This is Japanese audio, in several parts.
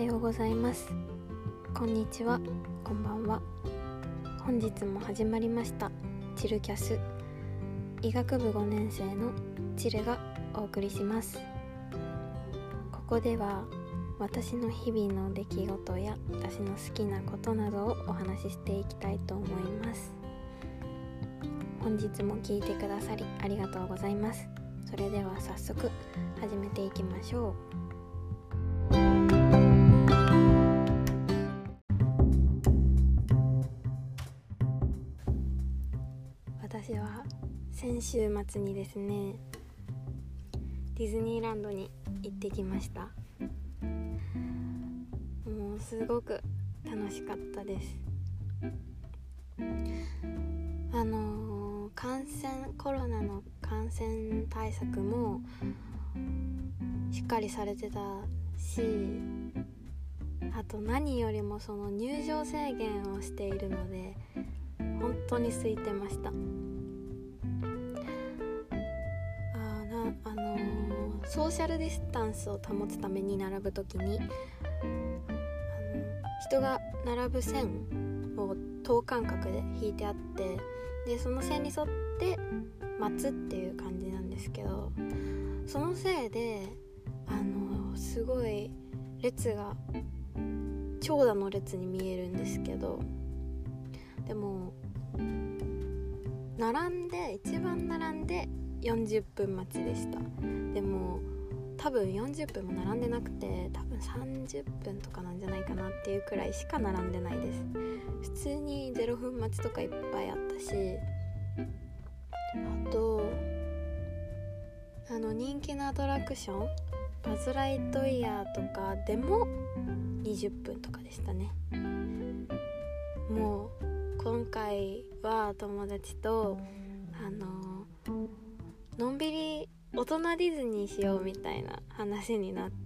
ようございます。こんにちは、こんばんは。本日も始まりましたチルキャス。医学部5年生のチルがお送りします。ここでは私の日々の出来事や私の好きなことなどをお話ししていきたいと思います。本日も聞いてくださりありがとうございます。それでは早速始めていきましょう。私は先週末にですね、ディズニーランドに行ってきました。もうすごく楽しかったです。コロナの感染対策もしっかりされてたし、あと何よりもその入場制限をしているので本当に空いてました。ソーシャルディスタンスを保つために並ぶときに人が並ぶ線を等間隔で引いてあって、でその線に沿って待つっていう感じなんですけど、そのせいですごい列が長蛇の列に見えるんですけど、でも一番並んで40分待ちでした。でも多分40分も並んでなくて、多分30分とかなんじゃないかなっていうくらいしか並んでないです。普通に0分待ちとかいっぱいあったし、あと人気のアトラクションバズライトイヤーとかでも20分とかでしたね。もう今回は友達とのんびり大人ディズニーしようみたいな話になって、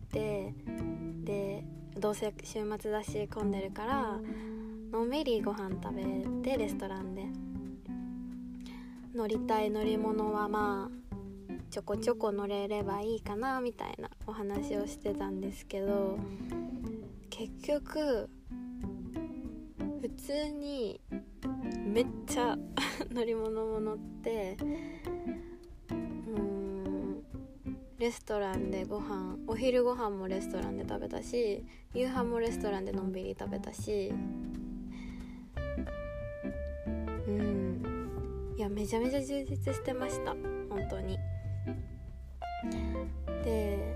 でどうせ週末だし混んでるからのんびりご飯食べて、レストランで乗りたい乗り物はまあちょこちょこ乗れればいいかなみたいなお話をしてたんですけど、結局普通にめっちゃ乗り物も乗って、レストランでお昼ご飯もレストランで食べたし、夕飯もレストランでのんびり食べたし、いやめちゃめちゃ充実してました本当に。で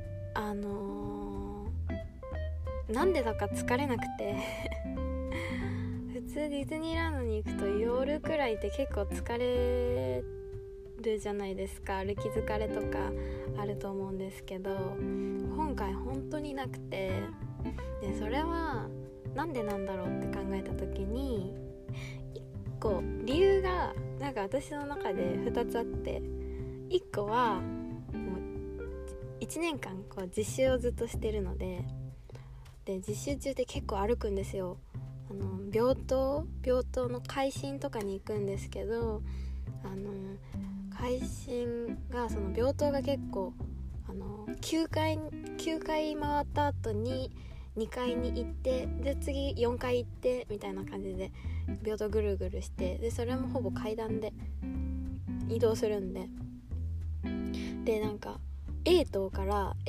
なんでだか疲れなくて普通ディズニーランドに行くと夜くらいって結構疲れるじゃないですか。歩き疲れとかあると思うんですけど、今回本当になくて、でそれはなんでなんだろうって考えた時に1個理由がなんか私の中で2つあって、1個はもう1年間こう実習をずっとしてるので、実習中って結構歩くんですよ。病棟の回診とかに行くんですけど、回診がその病棟が結構9回回った後に2階に行って、で次4階行ってみたいな感じで病棟ぐるぐるして、でそれもほぼ階段で移動するんで、なんか A 棟から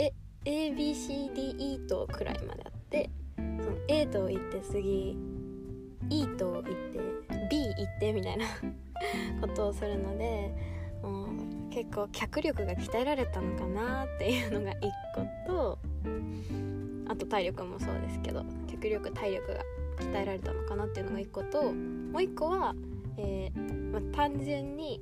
ABCDE 棟くらいまであって、その A 棟行って次 E 棟行って B 行ってみたいなことをするので、もう結構脚力が鍛えられたのかなっていうのが1個と、あと体力もそうですけど脚力体力が鍛えられたのかなっていうのが1個と、もう1個は、単純に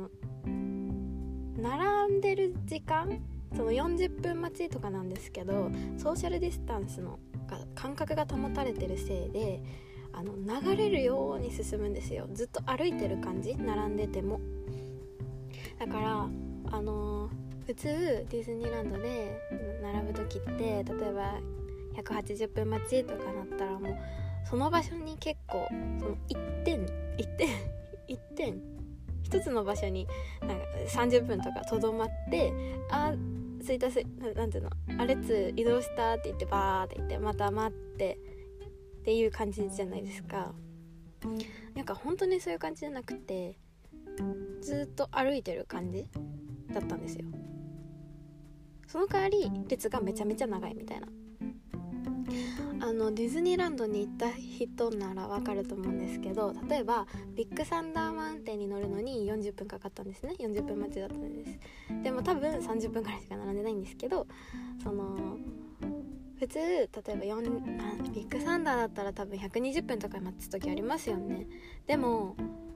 並んでる時間、その40分待ちとかなんですけど、ソーシャルディスタンスの間隔が保たれてるせいで流れるように進むんですよ。ずっと歩いてる感じ、並んでても。だから普通ディズニーランドで並ぶ時って、例えば180分待ちとかなったら、もうその場所に結構その一つの場所になんか30分とかとどまって、 着いたなんていうの、列移動したって言ってバーって言ってまた待ってっていう感じじゃないですか。なんか本当にそういう感じじゃなくて、ずっと歩いてる感じだったんですよ。その代わり列がめちゃめちゃ長いみたいな。ディズニーランドに行った人ならわかると思うんですけど、例えばビッグサンダーマウンテンに乗るのに40分かかったんですね。40分待ちだったんです。でも多分30分くらいしか並んでないんですけど、普通例えばビッグサンダーだったら多分120分とか待つ時ありますよね。でも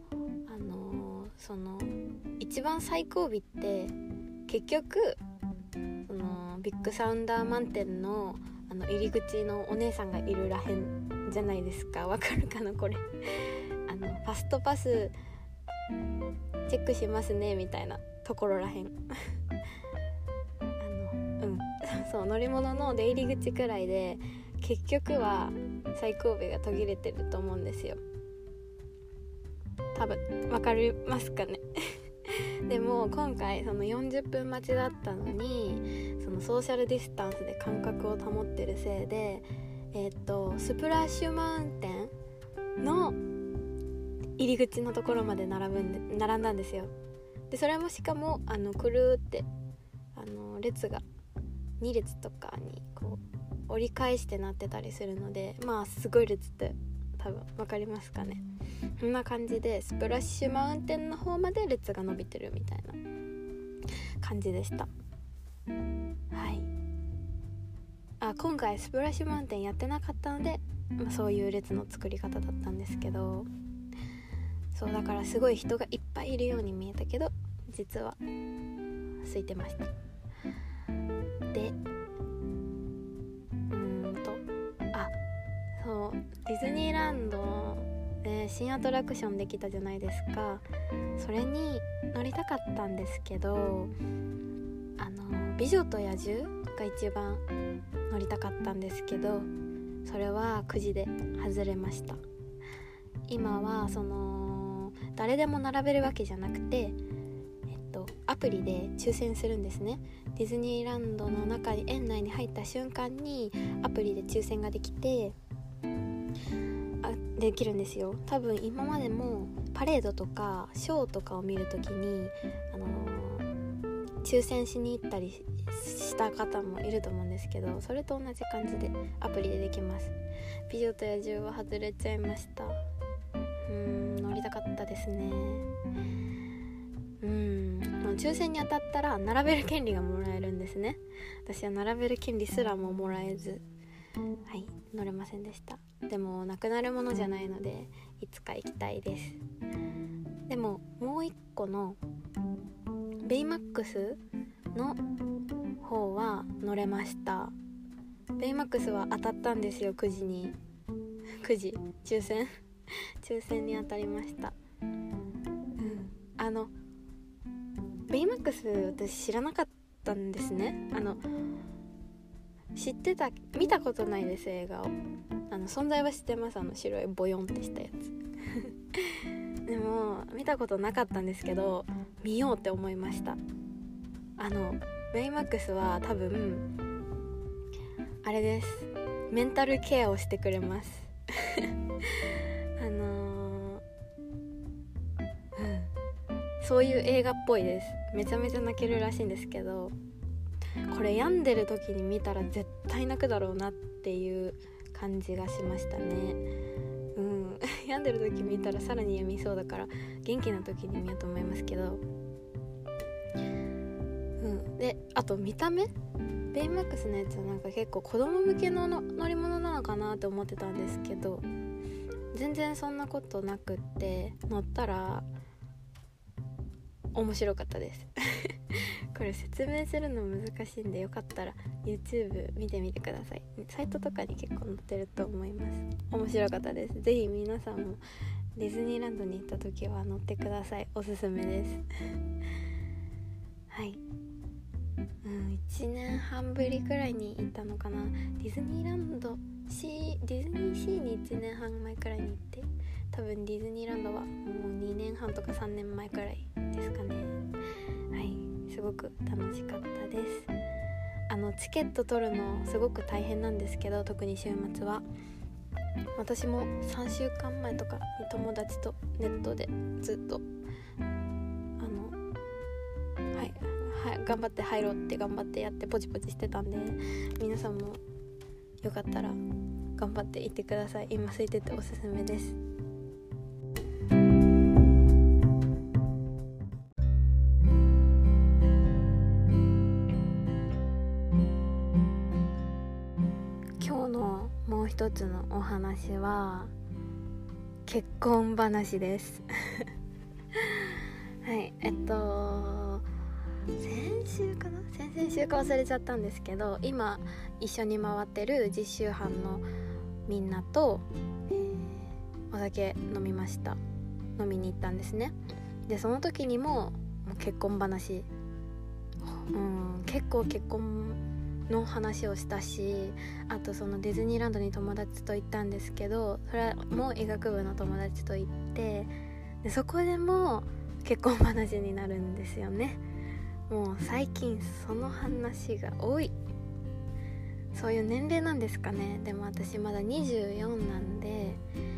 一番最後尾って結局ビッグサンダーマウンテンの入り口のお姉さんがいるらへんじゃないですか。わかるかなこれ。ファストパスチェックしますねみたいなところらへんそう乗り物の出入り口くらいで結局は最後尾が途切れてると思うんですよ。多分わかりますかねでも今回その40分待ちだったのに、そのソーシャルディスタンスで間隔を保ってるせいで、スプラッシュマウンテンの入り口のところまで並んだんですよ。でそれもしかもくるって列が2列とかにこう折り返してなってたりするので、まあすごい列って多分分かりますかね。こんな感じでスプラッシュマウンテンの方まで列が伸びてるみたいな感じでした。はい。今回スプラッシュマウンテンやってなかったので、そういう列の作り方だったんですけど、そうだからすごい人がいっぱいいるように見えたけど実は空いてました。でそうディズニーランドで新アトラクションできたじゃないですか。それに乗りたかったんですけど、美女と野獣が一番乗りたかったんですけど、それはくじで外れました。今は誰でも並べるわけじゃなくて、アプリで抽選するんですね。ディズニーランドの中に園内に入った瞬間にアプリで抽選ができるんですよ。多分今までもパレードとかショーとかを見るときに、抽選しに行ったりした方もいると思うんですけど、それと同じ感じでアプリでできます。美女と野獣は外れちゃいました。乗りたかったですね。抽選に当たったら並べる権利がもらえるんですね。私は並べる権利すらももらえず、乗れませんでした。でもなくなるものじゃないのでいつか行きたいです。でももう一個のベイマックスの方は乗れました。ベイマックスは当たったんですよ。9時抽選に当たりました。ベイマックス私知らなかったんですね。見たことないです。映画を存在は知ってます。白いボヨンってしたやつでも見たことなかったんですけど、見ようって思いました。ベイマックスは多分あれです。メンタルケアをしてくれますそういう映画っぽいです。めちゃめちゃ泣けるらしいんですけど、これ病んでる時に見たら絶対泣くだろうなっていう感じがしましたね。病んでる時見たらさらに病みそうだから元気な時に見ようと思いますけど、であと見た目ベイマックスのやつはなんか結構子供向けの乗り物なのかなって思ってたんですけど、全然そんなことなくって乗ったら面白かったですこれ説明するの難しいんで、よかったら YouTube 見てみてください。サイトとかに結構載ってると思います。面白かったです。ぜひ皆さんもディズニーランドに行った時は乗ってください。おすすめですはい。1年半ぶりくらいに行ったのかな。ディズニーシーに1年半前くらいに行って、多分ディズニーランドはもう2年半とか3年前くらいですかね。はい、すごく楽しかったです。 チケット取るのすごく大変なんですけど、特に週末は私も3週間前とかに友達とネットでずっと頑張って入ろうって頑張ってやってポチポチしてたんで、皆さんもよかったら頑張っていってください。今空いてておすすめです。今日のもう一つのお話は結婚話ですはい、先々週か忘れちゃったんですけど、今一緒に回ってる実習班のみんなと、お酒飲みに行ったんですね。でその時にも結婚話、結構結婚の話をしたし、あとそのディズニーランドに友達と行ったんですけど、それも医学部の友達と行って、でそこでも結婚話になるんですよね。もう最近その話が多い。そういう年齢なんですかね。でも私まだ24なんで、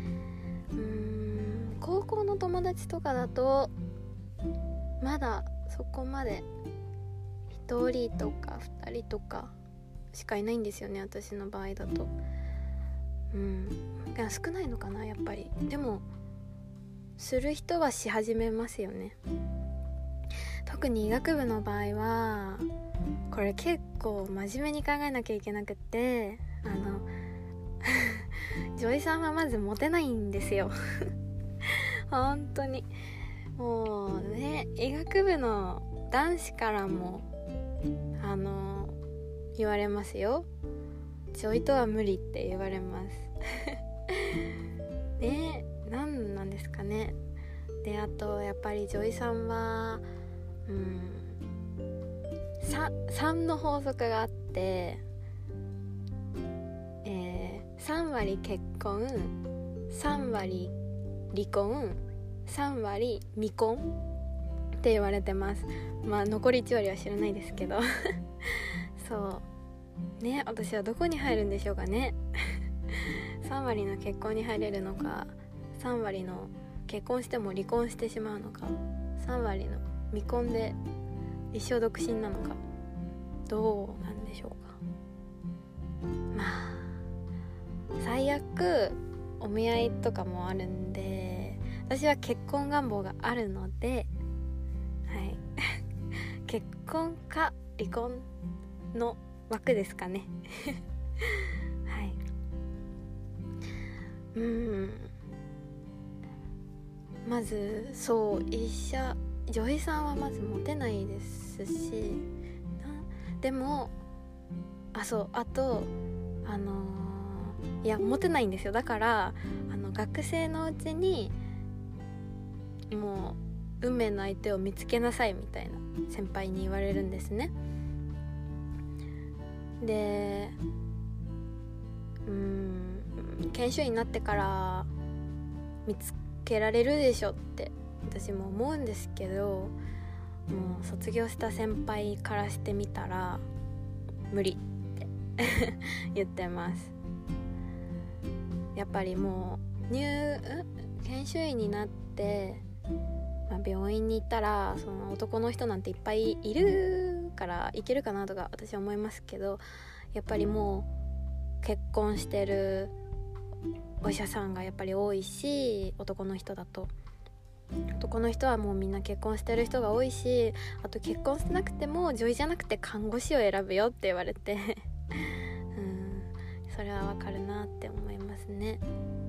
高校の友達とかだとまだそこまで1人とか2人とかしかいないんですよね、私の場合だと。少ないのかな、やっぱり。でもする人はし始めますよね。特に医学部の場合はこれ結構真面目に考えなきゃいけなくて、女医さんはまずモテないんですよ本当にもうね、医学部の男子からも言われますよ。女医とは無理って言われますね、なんなんですかね。であとやっぱり女医さんは3の法則があって、3割結婚、3割離婚、3割未婚って言われてます。残り1割は知らないですけどそうね、私はどこに入るんでしょうかね3割の結婚に入れるのか、3割の結婚しても離婚してしまうのか、3割の未婚で一生独身なのか、どうなんでしょうか。最悪お見合いとかもあるんで、私は結婚願望があるので、結婚か離婚の枠ですかねまず女医さんはまずモテないですし、でもあといやモテないんですよ。だから学生のうちにもう運命の相手を見つけなさいみたいな先輩に言われるんですね。で研修医になってから見つけられるでしょって私も思うんですけど、もう卒業した先輩からしてみたら無理って言ってます。やっぱりもう研修医になって、病院に行ったらその男の人なんていっぱいいるからいけるかなとか私は思いますけど、やっぱりもう結婚してるお医者さんがやっぱり多いし、男の人はもうみんな結婚してる人が多いし、あと結婚してなくても女医じゃなくて看護師を選ぶよって言われてそれはわかるなって思いますね。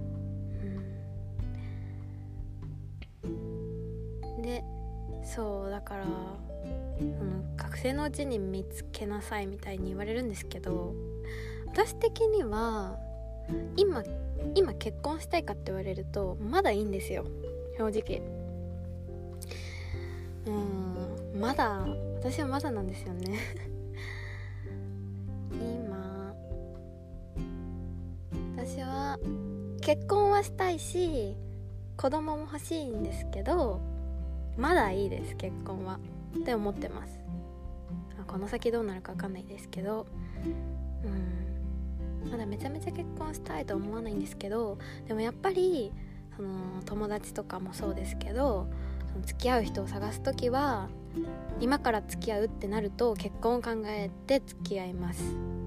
でそうだから学生のうちに見つけなさいみたいに言われるんですけど、私的には今結婚したいかって言われるとまだいいんですよ、正直。私はまだなんですよね今私は結婚はしたいし子供も欲しいんですけど、まだいいです結婚はって思ってます。 この先どうなるか分かんないですけど、まだめちゃめちゃ結婚したいと思わないんですけど、でもやっぱりその友達とかもそうですけど、その付き合う人を探すときは今から付き合うってなると結婚を考えて付き合います。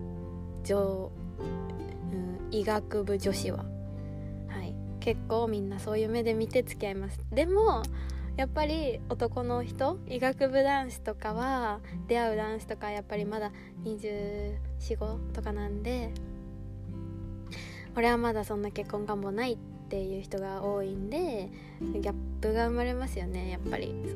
医学部女子は、結構みんなそういう目で見て付き合います。でもやっぱり男の人、医学部男子とかは、出会う男子とかやっぱりまだ24、5とかなんで、俺はまだそんな結婚願望ないっていう人が多いんで、ギャップが生まれますよね。やっぱりその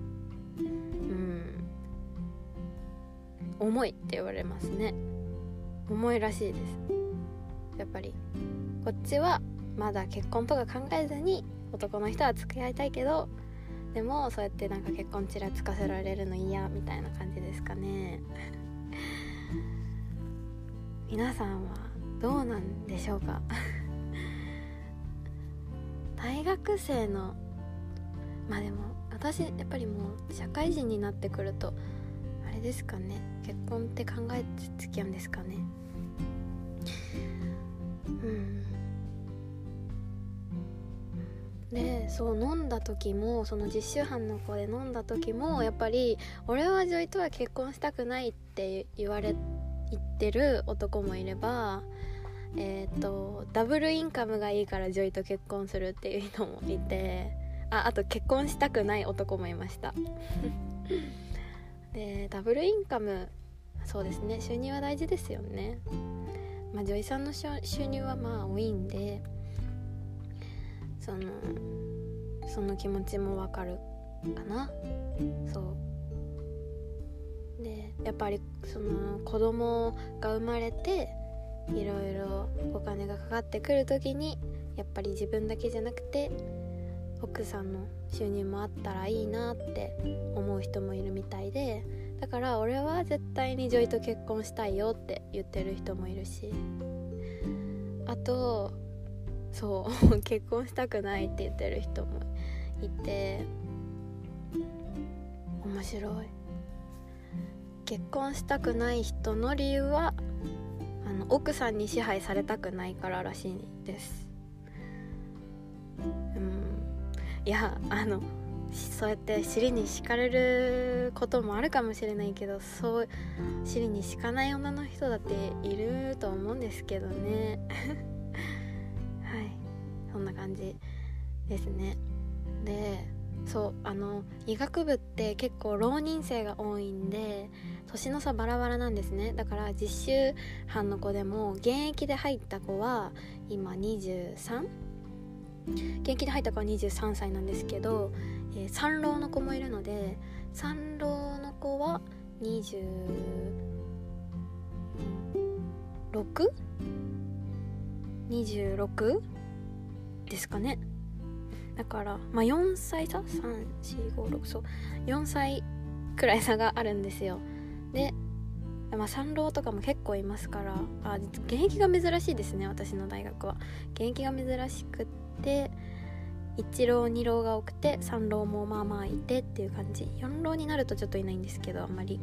重いって言われますね。重いらしいです。やっぱりこっちはまだ結婚とか考えずに男の人は付き合いたいけど、でもそうやってなんか結婚ちらつかせられるの嫌みたいな感じですかね。皆さんはどうなんでしょうか。大学生のでも私やっぱりもう社会人になってくるとあれですかね、結婚って考えて付き合うんですかね。で、そう飲んだ時も、その実習班の子で飲んだ時もやっぱり俺はジョイとは結婚したくないって言ってる男もいれば、ダブルインカムがいいからジョイと結婚するっていう人もいて、あと結婚したくない男もいました。で、ダブルインカム、そうですね、収入は大事ですよね。ジョイさんの収入は多いんで、その気持ちもわかるかな。そうで、やっぱりその子供が生まれていろいろお金がかかってくるときに、やっぱり自分だけじゃなくて奥さんの収入もあったらいいなって思う人もいるみたいで、だから俺は絶対にジョイと結婚したいよって言ってる人もいるし、あとそう結婚したくないって言ってる人もいて、面白い。結婚したくない人の理由は奥さんに支配されたくないかららしいです。いやそうやって尻に敷かれることもあるかもしれないけど、そう尻に敷かない女の人だっていると思うんですけどね。はい、そんな感じですね。で、医学部って結構浪人生が多いんで年の差バラバラなんですね。だから実習班の子でも現役で入った子は今 23？ 現役で入った子は23歳なんですけど、産浪の子もいるので、産浪の子は 26？ ですかね。だから4歳差、3、4、5、6、そう4歳くらい差があるんですよ。で、産浪とかも結構いますから、現役が珍しいですね。私の大学は現役が珍しくって、1浪2浪が多くて、3浪もいてっていう感じ。4浪になるとちょっといないんですけど、あんまり。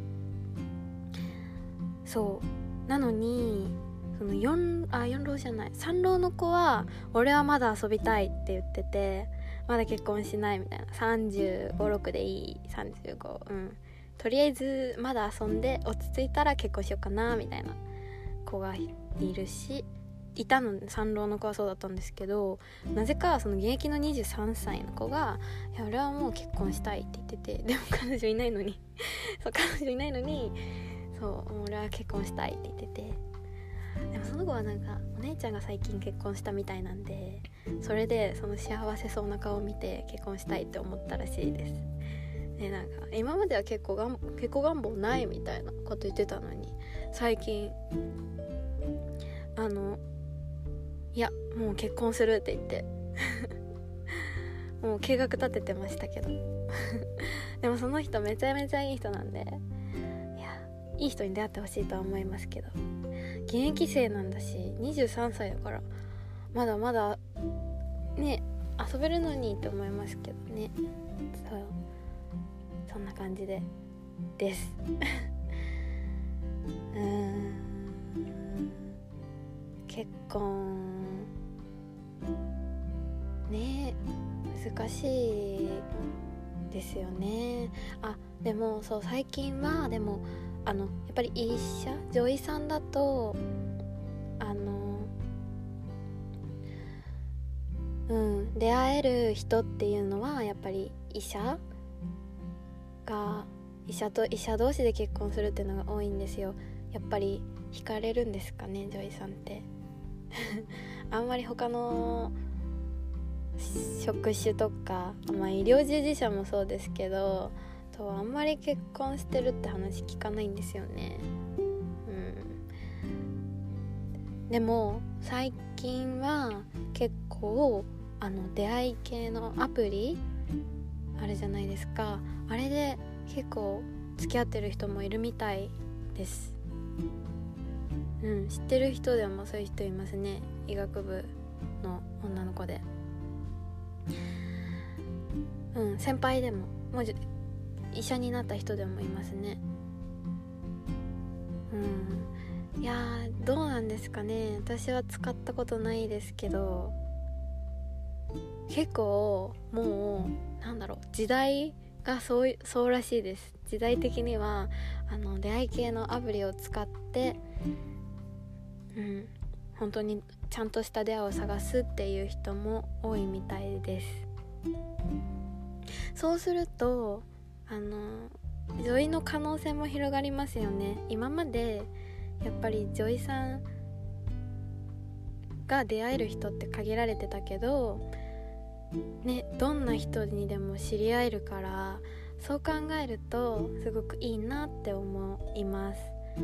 そうなのに4浪じゃない、3浪の子は俺はまだ遊びたいって言ってて、まだ結婚しないみたいな。35、6でいい、35、とりあえずまだ遊んで落ち着いたら結婚しようかなみたいな子がいるし、いたの。産浪の子はそうだったんですけど、なぜかその現役の23歳の子が、いや俺はもう結婚したいって言ってて、でも彼女いないのにそう俺は結婚したいって言ってて、でもその子はなんかお姉ちゃんが最近結婚したみたいなんで、それでその幸せそうな顔を見て結婚したいって思ったらしいです。で、なんか今までは結婚願望ないみたいなこと言ってたのに、最近いやもう結婚するって言ってもう計画立ててましたけどでもその人めちゃめちゃいい人なんで、いい人に出会ってほしいとは思いますけど、現役生なんだし23歳だからまだまだね遊べるのにって思いますけどね。そんな感じです結婚ね難しいですよね。でもそう最近はでもやっぱり医者女医さんだと出会える人っていうのはやっぱり医者と医者同士で結婚するっていうのが多いんですよ。やっぱり惹かれるんですかね、女医さんってあんまり他の職種とか、医療従事者もそうですけどあんまり結婚してるって話聞かないんですよね。でも最近は結構出会い系のアプリあるじゃないですか。あれで結構付き合ってる人もいるみたいです。知ってる人でもそういう人いますね。医学部の女の子で先輩でももう医者になった人でもいますね。いやどうなんですかね。私は使ったことないですけど、結構もう時代がそうらしいです。時代的には出会い系のアプリを使って本当にちゃんとした出会いを探すっていう人も多いみたいです。そうすると女医の可能性も広がりますよね。今までやっぱり女医さんが出会える人って限られてたけどね、どんな人にでも知り合えるから、そう考えるとすごくいいなって思います。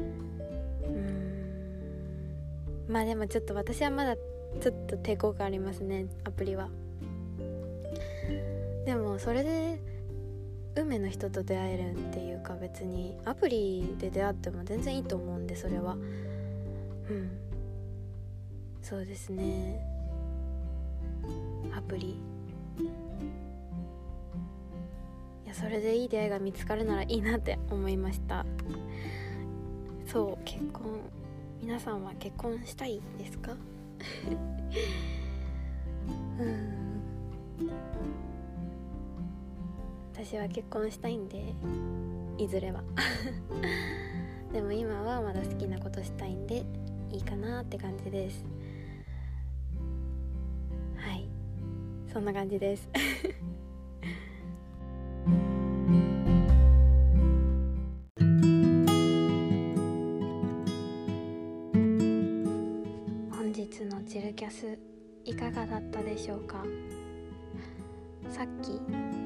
でもちょっと私はまだちょっと抵抗がありますね、アプリは。でもそれで運命の人と出会えるっていうか、別にアプリで出会っても全然いいと思うんで、それはそうですね。アプリそれでいい出会いが見つかるならいいなって思いました。そう、結婚、皆さんは結婚したいですか？私は結婚したいんで、いずれはでも今はまだ好きなことしたいんでいいかなって感じです。はい、そんな感じです本日のチルキャスいかがだったでしょうか。さっき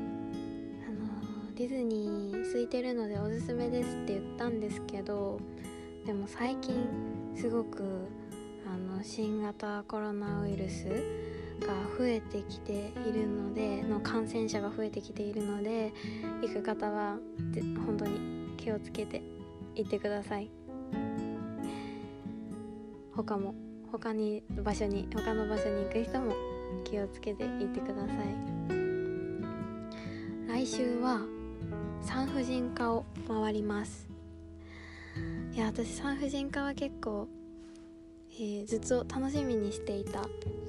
ディズニー空いてるのでおすすめですって言ったんですけど、でも最近すごく新型コロナウイルスが増えてきているので感染者が増えてきているので、行く方は本当に気をつけて行ってください。他の場所に行く人も気をつけて行ってください。来週は産婦人科を回ります。いや、私産婦人科は結構、ずっと楽しみにしていた、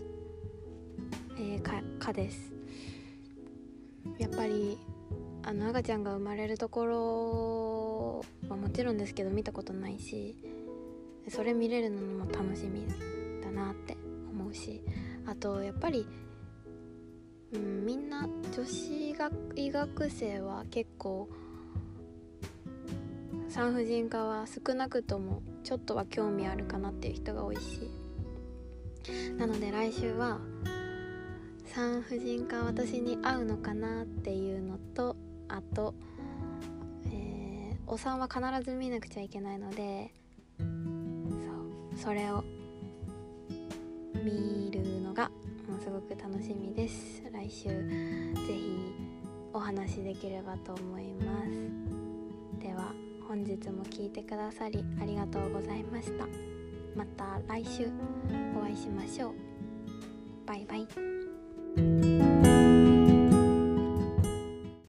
科です。やっぱり赤ちゃんが生まれるところはもちろんですけど見たことないし、それ見れるのも楽しみだなって思うし、あとやっぱりみんな女子医学生は結構産婦人科は少なくともちょっとは興味あるかなっていう人が多いし、なので来週は産婦人科私に合うのかなっていうのと、あと、お産は必ず見なくちゃいけないので、それを見るのがすごく楽しみです。来週ぜひお話しできればと思います。では本日も聞いてくださりありがとうございました。また来週お会いしましょう。バイバイ。